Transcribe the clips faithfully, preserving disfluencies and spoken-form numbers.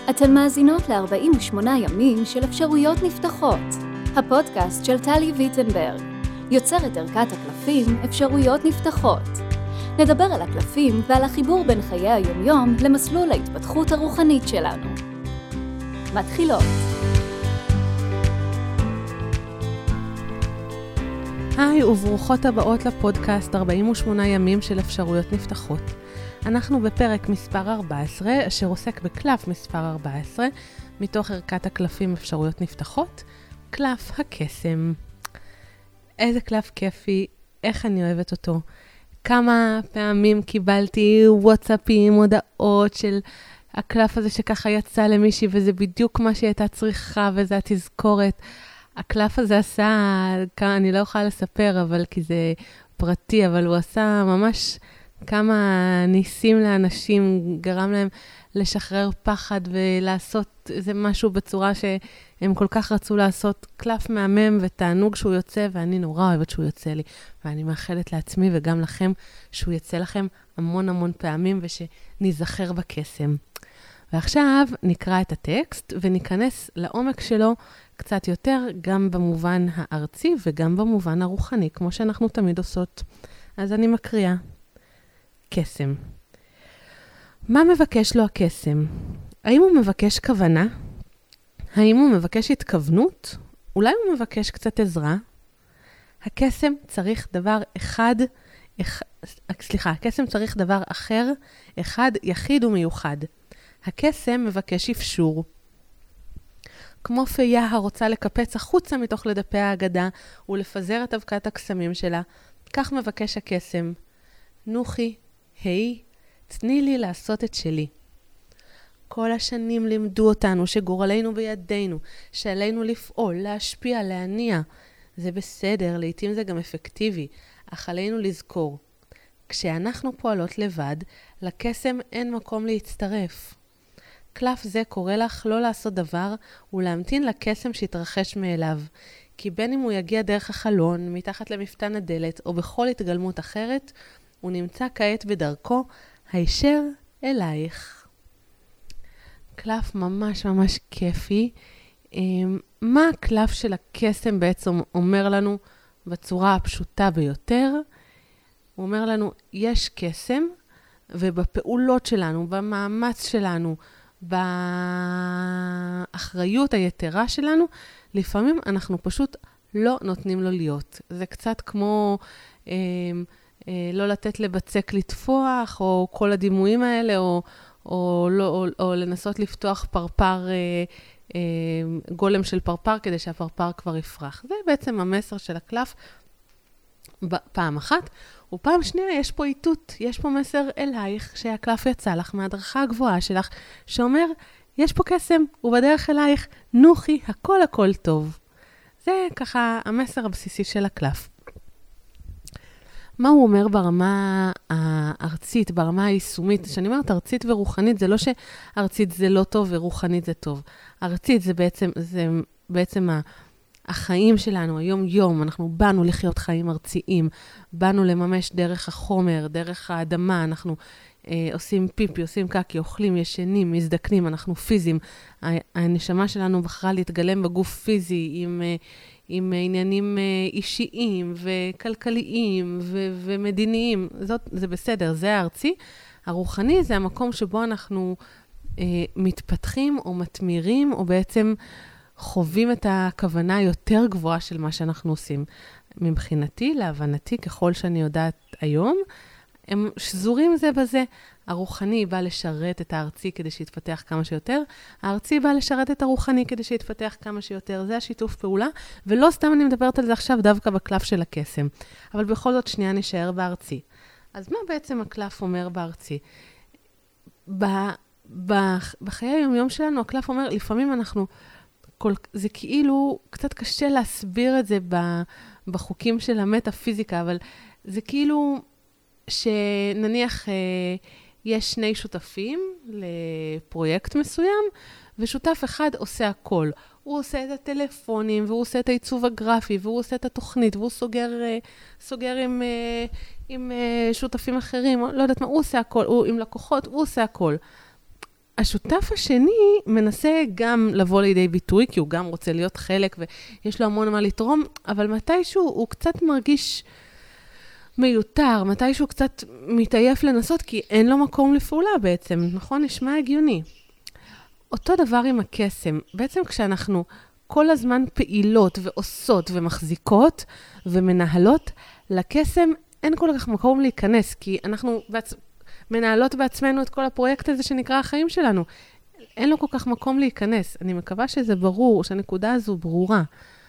אתן מאזינות ל-ארבעים ושמונה ימים של אפשרויות נפתחות, הפודקאסט של טלי ויטנברג, יוצרת ערכת הקלפים אפשרויות נפתחות. נדבר על הקלפים ועל החיבור בין חיי היומיום למסלול ההתפתחות הרוחנית שלנו. מתחילות. היי וברוכות הבאות לפודקאסט ארבעים ושמונה ימים של אפשרויות נפתחות. אנחנו בפרק מספר ארבע עשרה, אשר עוסק בקלף מספר ארבע עשרה, מתוך ערכת הקלפים אפשרויות נפתחות, קלף הקסם. איזה קלף כיפי, איך אני אוהבת אותו. כמה פעמים קיבלתי וואטסאפים, הודעות של הקלף הזה שככה יצא למישהי, וזה בדיוק מה שהיא הייתה צריכה, וזה התזכורת. הקלף הזה עשה, אני לא יכולה לספר, אבל כי זה פרטי, אבל הוא עשה ממש כמה ניסים לאנשים, גרם להם לשחרר פחד ולעשות איזה משהו בצורה שהם כל כך רצו לעשות. קלף מהמם ותענוג שהוא יוצא, ואני נורא אוהבת שהוא יוצא לי. ואני מאחלת לעצמי וגם לכם שהוא יצא לכם המון המון פעמים ושנזכר בקסם. ועכשיו נקרא את הטקסט וניכנס לעומק שלו קצת יותר, גם במובן הארצי וגם במובן הרוחני, כמו שאנחנו תמיד עושות. אז אני מקריאה. קסם. מה מבקש לו הקסם? האם הוא מבקש כוונה? האם הוא מבקש התכוונות? אולי הוא מבקש קצת עזרה? הקסם צריך דבר אחד, אח, סליחה, הקסם צריך דבר אחר, אחד, יחיד ומיוחד. הקסם מבקש אפשור. כמו פיה הרוצה לקפץ החוצה מתוך לדפי ההגדה ולפזר את אבקת הקסמים שלה, כך מבקש הקסם. נוחי, היי, תני לי לעשות את שלי. כל השנים לימדו אותנו שגורלנו בידינו, שעלינו לפעול, להשפיע, להניע. זה בסדר, לעתים זה גם אפקטיבי, אך עלינו לזכור. כשאנחנו פועלות לבד, לקסם אין מקום להצטרף. קלף זה קורא לך לא לעשות דבר ולהמתין לקסם שיתרחש מאליו, כי בין אם הוא יגיע דרך החלון, מתחת למפתן הדלת או בכל התגלמות אחרת, הוא נמצא כעת בדרכו הישר אלייך. קלף ממש ממש כיפי. מה הקלף של הקסם בעצם אומר לנו בצורה הפשוטה ביותר? הוא אומר לנו, יש קסם, ובפעולות שלנו, במאמץ שלנו, באחריות היתרה שלנו, לפעמים אנחנו פשוט לא נותנים לו להיות. זה קצת כמו אה, אה, לא לתת לבצק לטפוח, או כל הדימויים האלה, או, או, לא, או, או לנסות לפתוח פרפר, אה, אה, גולם של פרפר, כדי שהפרפר כבר יפרח. זה בעצם המסר של הקלף פעם אחת. ופעם שנייה יש פה איתות, יש פה מסר אלייך, שהקלף יצא לך מהדרכה הגבוהה שלך, שאומר, יש פה קסם, הוא בדרך אלייך, נוחי, הכל הכל טוב. זה ככה המסר הבסיסי של הקלף. מה הוא אומר ברמה הארצית, ברמה היישומית? כשאני אומרת ארצית ורוחנית, זה לא שארצית זה לא טוב ורוחנית זה טוב. ארצית זה בעצם, זה בעצם ה... החיים שלנו, היום יום, אנחנו באנו לחיות חיים ארציים, באנו לממש דרך החומר, דרך האדמה, אנחנו אה, עושים פיפי, עושים קקי, אוכלים, ישנים, מזדקנים, אנחנו פיזיים. הנשמה שלנו בחרה להתגלם בגוף פיזי עם, אה, עם עניינים אה, אישיים וכלכליים ו- ומדיניים. זאת, זה בסדר, זה הארצי. הרוחני זה המקום שבו אנחנו אה, מתפתחים או מתמירים, או בעצם חווים את הכוונה היותר גבוהה של מה שאנחנו עושים. מבחינתי, להבנתי, ככל שאני יודעת היום, הם שזורים זה בזה. הרוחני בא לשרת את הארצי כדי שיתפתח כמה שיותר, הארצי בא לשרת את הרוחני כדי שיתפתח כמה שיותר. זה השיתוף פעולה, ולא סתם אני מדברת על זה עכשיו דווקא בקלף של הקסם. אבל בכל זאת שנייה נשאר בארצי. אז מה בעצם הקלף אומר בארצי? ב, ב, בחיי היומיום שלנו, הקלף אומר, לפעמים אנחנו כל, זה כאילו קצת קשה להסביר את זה בחוקים של המטאפיזיקה, אבל זה כאילו שנניח אה, יש שני שותפים לפרויקט מסוים, ושותף אחד עושה הכל. הוא עושה את הטלפונים, והוא עושה את העיצוב הגרפי, והוא עושה את התוכנית, והוא סוגר, סוגר עם, עם שותפים אחרים, לא יודעת מה, הוא עושה הכל, הוא עם לקוחות, הוא עושה הכל. השותף השני מנסה גם לבוא לידי ביטוי, כי הוא גם רוצה להיות חלק ויש לו המון מה לתרום, אבל מתישהו הוא קצת מרגיש מיותר, מתישהו קצת מתעייף לנסות, כי אין לו מקום לפעולה בעצם, נכון? נשמע הגיוני. אותו דבר עם הקסם. בעצם כשאנחנו כל הזמן פעילות ועושות ומחזיקות ומנהלות, לקסם אין כל כך מקום להיכנס, כי אנחנו בעצ... מנהלות בעצמנו את כל הפרויקט הזה שנקרא החיים שלנו. אין לו כל כך מקום להיכנס. אני מקווה שזה ברור, שהנקודה הזו ברורה.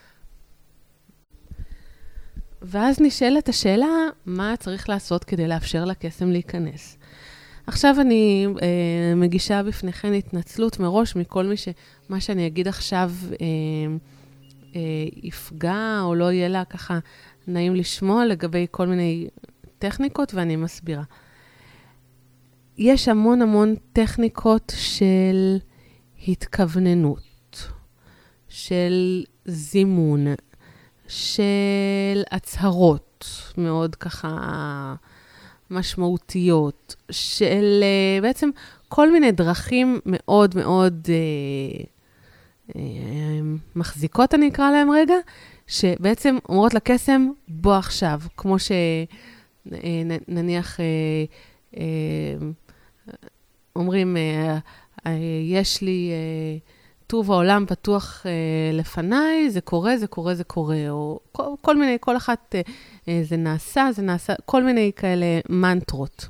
ואז נשאלת השאלה, מה צריך לעשות כדי לאפשר לקסם להיכנס? עכשיו אני אה, מגישה בפניכן התנצלות מראש מכל מי שמה שאני אגיד עכשיו אה, אה, יפגע או לא יהיה לה ככה נעים לשמוע לגבי כל מיני טכניקות, ואני מסבירה. יש המון המון טכניקות של התכווננות, של זימון, של הצהרות מאוד ככה משמעותיות, של בעצם כל מיני דרכים מאוד מאוד אה, אה, מחזיקות, אני אקרא להם רגע, שבעצם אומרות לקסם, בוא עכשיו, כמו שנניח אה, אה, אומרים, אה, אה, יש לי אה, טוב העולם פתוח אה, לפניי, זה קורה, זה קורה, זה קורה, או כל, כל מיני, כל אחת, אה, אה, זה נעשה, זה נעשה, כל מיני כאלה מנטרות.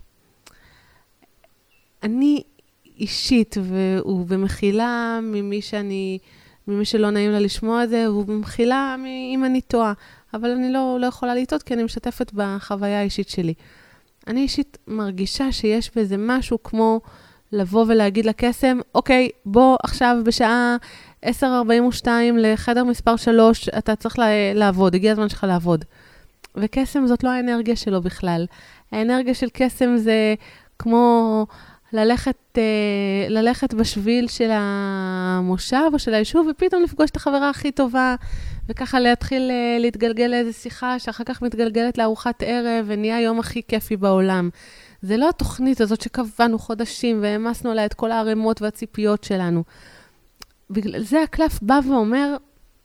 אני אישית, ובמחילה ממי שאני, ממי שלא נעים לה לשמוע את זה, ובמחילה אם אני טועה, אבל אני לא, לא יכולה לטעות, כי אני משתפת בחוויה האישית שלי. אני אישית מרגישה שיש בזה משהו כמו לבוא ולהגיד לקסם, אוקיי, בוא עכשיו בשעה עשר ארבעים ושתיים לחדר מספר שלוש, אתה צריך לעבוד, הגיע הזמן שלך לעבוד. וקסם זאת לא האנרגיה שלו בכלל. האנרגיה של קסם זה כמו ללכת, ללכת בשביל של המושב או של היישוב, ופתאום לפגוש את החברה הכי טובה, וככה להתחיל להתגלגל לאיזו שיחה, שאחר כך מתגלגלת לארוחת ערב, ונהיה היום הכי כיפי בעולם. זה לא התוכנית הזאת שקבענו חודשים, והמסנו עליה את כל הערימות והציפיות שלנו. בגלל זה הקלף בא ואומר,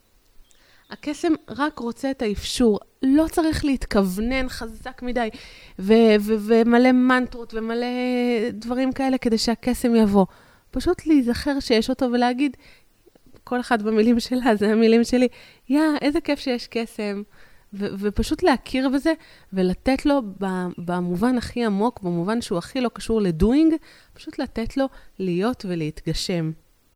הקסם רק רוצה את האפשור, לא צריך להתכוונן חזק מדי, ו- ו- ומלא מנטרות ומלא דברים כאלה כדי שהקסם יבוא. פשוט להיזכר שיש אותו ולהגיד, כל אחד במילים שלה, זה המילים שלי, יא, איזה כיף שיש קסם. ו- ופשוט להכיר בזה ולתת לו במובן הכי עמוק, במובן שהוא הכי לא קשור לדוינג, פשוט לתת לו להיות ולהתגשם.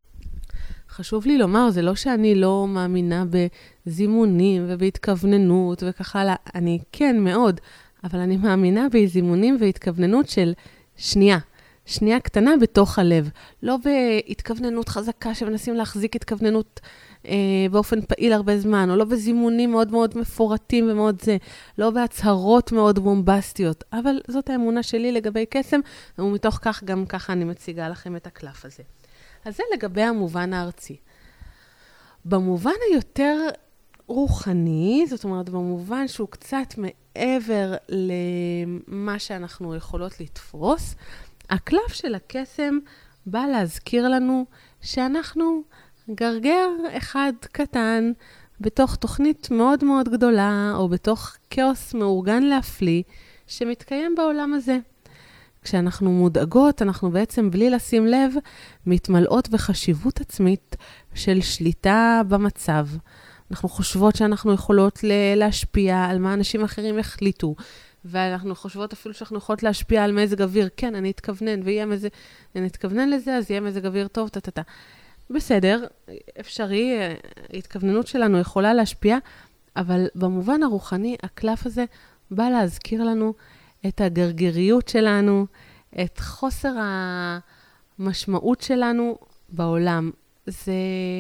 חשוב לי לומר, זה לא שאני לא מאמינה בזימונים ובהתכווננות וכך הלאה, אני כן מאוד, אבל אני מאמינה בזימונים והתכווננות של שנייה, שנייה קטנה בתוך הלב, לא בהתכווננות חזקה שמנסים להחזיק התכווננות אה, באופן פעיל הרבה זמן, או לא בזימונים מאוד מאוד מפורטים ומאוד זה, לא בהצהרות מאוד בומבסטיות, אבל זאת האמונה שלי לגבי קסם, ומתוך כך גם ככה אני מציגה לכם את הקלף הזה. אז זה לגבי המובן הארצי. במובן היותר רוחני, זאת אומרת, במובן שהוא קצת מעבר למה שאנחנו יכולות לתפוס, הקלף של הקסם בא להזכיר לנו שאנחנו גרגר אחד קטן בתוך תוכנית מאוד מאוד גדולה, או בתוך כאוס מאורגן להפליא, שמתקיים בעולם הזה. כשאנחנו מודאגות, אנחנו בעצם בלי לשים לב, מתמלאות בחשיבות עצמית של שליטה במצב. אנחנו חושבות שאנחנו יכולות להשפיע על מה אנשים אחרים החליטו, ואנחנו חושבות אפילו שאנחנו יכולות להשפיע על מזג אוויר. כן, אני אתכוונן, ויהיה מזג, אני אתכוונן לזה, אז יהיה מזג אוויר טוב, טטטה. בסדר, אפשרי, ההתכווננות שלנו יכולה להשפיע, אבל במובן הרוחני, הקלף הזה בא להזכיר לנו את הגרגריות שלנו, את חוסר המשמעות שלנו בעולם. זה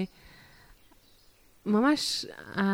ממש,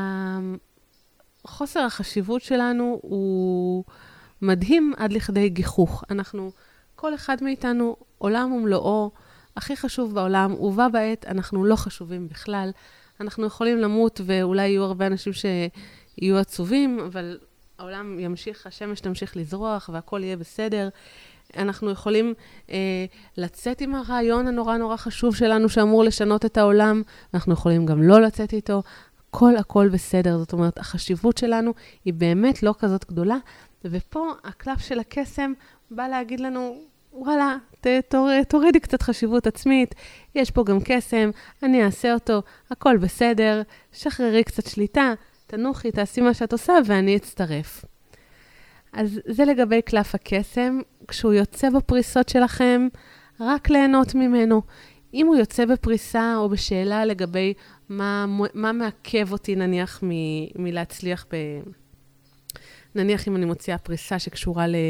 חוסר החשיבות שלנו הוא מדהים עד לכדי גיחוך. אנחנו, כל אחד מאיתנו, עולם ומלואו, הכי חשוב בעולם, ובה בעת אנחנו לא חשובים בכלל. אנחנו יכולים למות, ואולי יהיו הרבה אנשים שיהיו עצובים, אבל העולם ימשיך, השמש תמשיך לזרוח, והכל יהיה בסדר. אנחנו יכולים אה, לצאת עם הרעיון הנורא נורא חשוב שלנו שאמור לשנות את העולם, אנחנו יכולים גם לא לצאת איתו, הכל הכל בסדר. זאת אומרת, החשיבות שלנו היא באמת לא כזאת גדולה, ופה הקלף של הקסם בא להגיד לנו, וואלה, ת, תור, תורידי קצת חשיבות עצמית, יש פה גם קסם, אני אעשה אותו, הכל בסדר, שחררי קצת שליטה, תנוחי, תעשי מה שאת עושה ואני אצטרף. אז זה לגבי קלף הקסם, כשהוא יוצא בפריסות שלכם, רק ליהנות ממנו. אם הוא יוצא בפריסה או בשאלה לגבי מה, מה מעכב אותי נניח מ, מלהצליח ב... נניח אם אני מוציאה פריסה שקשורה ל...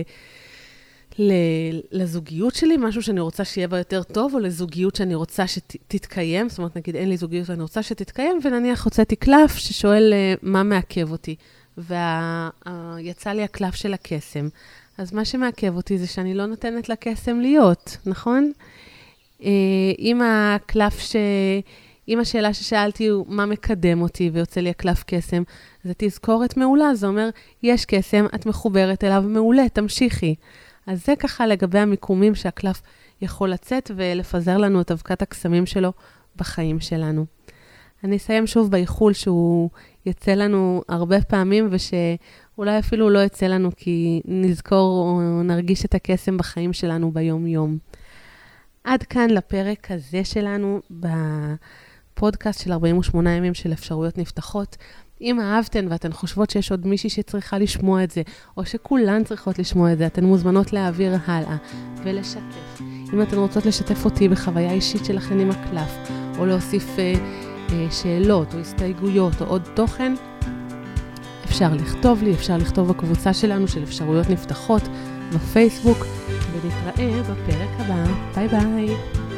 לזוגיות שלי, משהו שאני רוצה שיהיה בה יותר טוב, או לזוגיות שאני רוצה שתתקיים, זאת אומרת, נגיד, אין לי זוגיות ואני רוצה שתתקיים, ונניח הוצאתי קלף ששואל מה מעכב אותי, ויצא לי הקלף של הקסם. אז מה שמעכב אותי זה שאני לא נותנת לקסם להיות, נכון? אם הקלף ש... אם השאלה ששאלתי הוא מה מקדם אותי ויוצא לי הקלף קסם, זה תזכורת מעולה, זה אומר, יש קסם, את מחוברת אליו, מעולה, תמשיכי. אז זה ככה לגבי המיקומים שהקלף יכול לצאת ולפזר לנו את אבקת הקסמים שלו בחיים שלנו. אני אסיים שוב באיחול שהוא יצא לנו הרבה פעמים ושאולי אפילו לא יצא לנו כי נזכור או נרגיש את הקסם בחיים שלנו ביום יום. עד כאן לפרק הזה שלנו בפודקאסט של ארבעים ושמונה ימים של אפשרויות נפתחות. אם אהבתן ואתן חושבות שיש עוד מישהי שצריכה לשמוע את זה, או שכולן צריכות לשמוע את זה, אתן מוזמנות להעביר הלאה ולשתף. אם אתן רוצות לשתף אותי בחוויה אישית שלכן עם הקלף, או להוסיף אה, אה, שאלות או הסתייגויות או עוד תוכן, אפשר לכתוב לי, אפשר לכתוב בקבוצה שלנו של אפשרויות נפתחות בפייסבוק, ונתראה בפרק הבא. ביי ביי.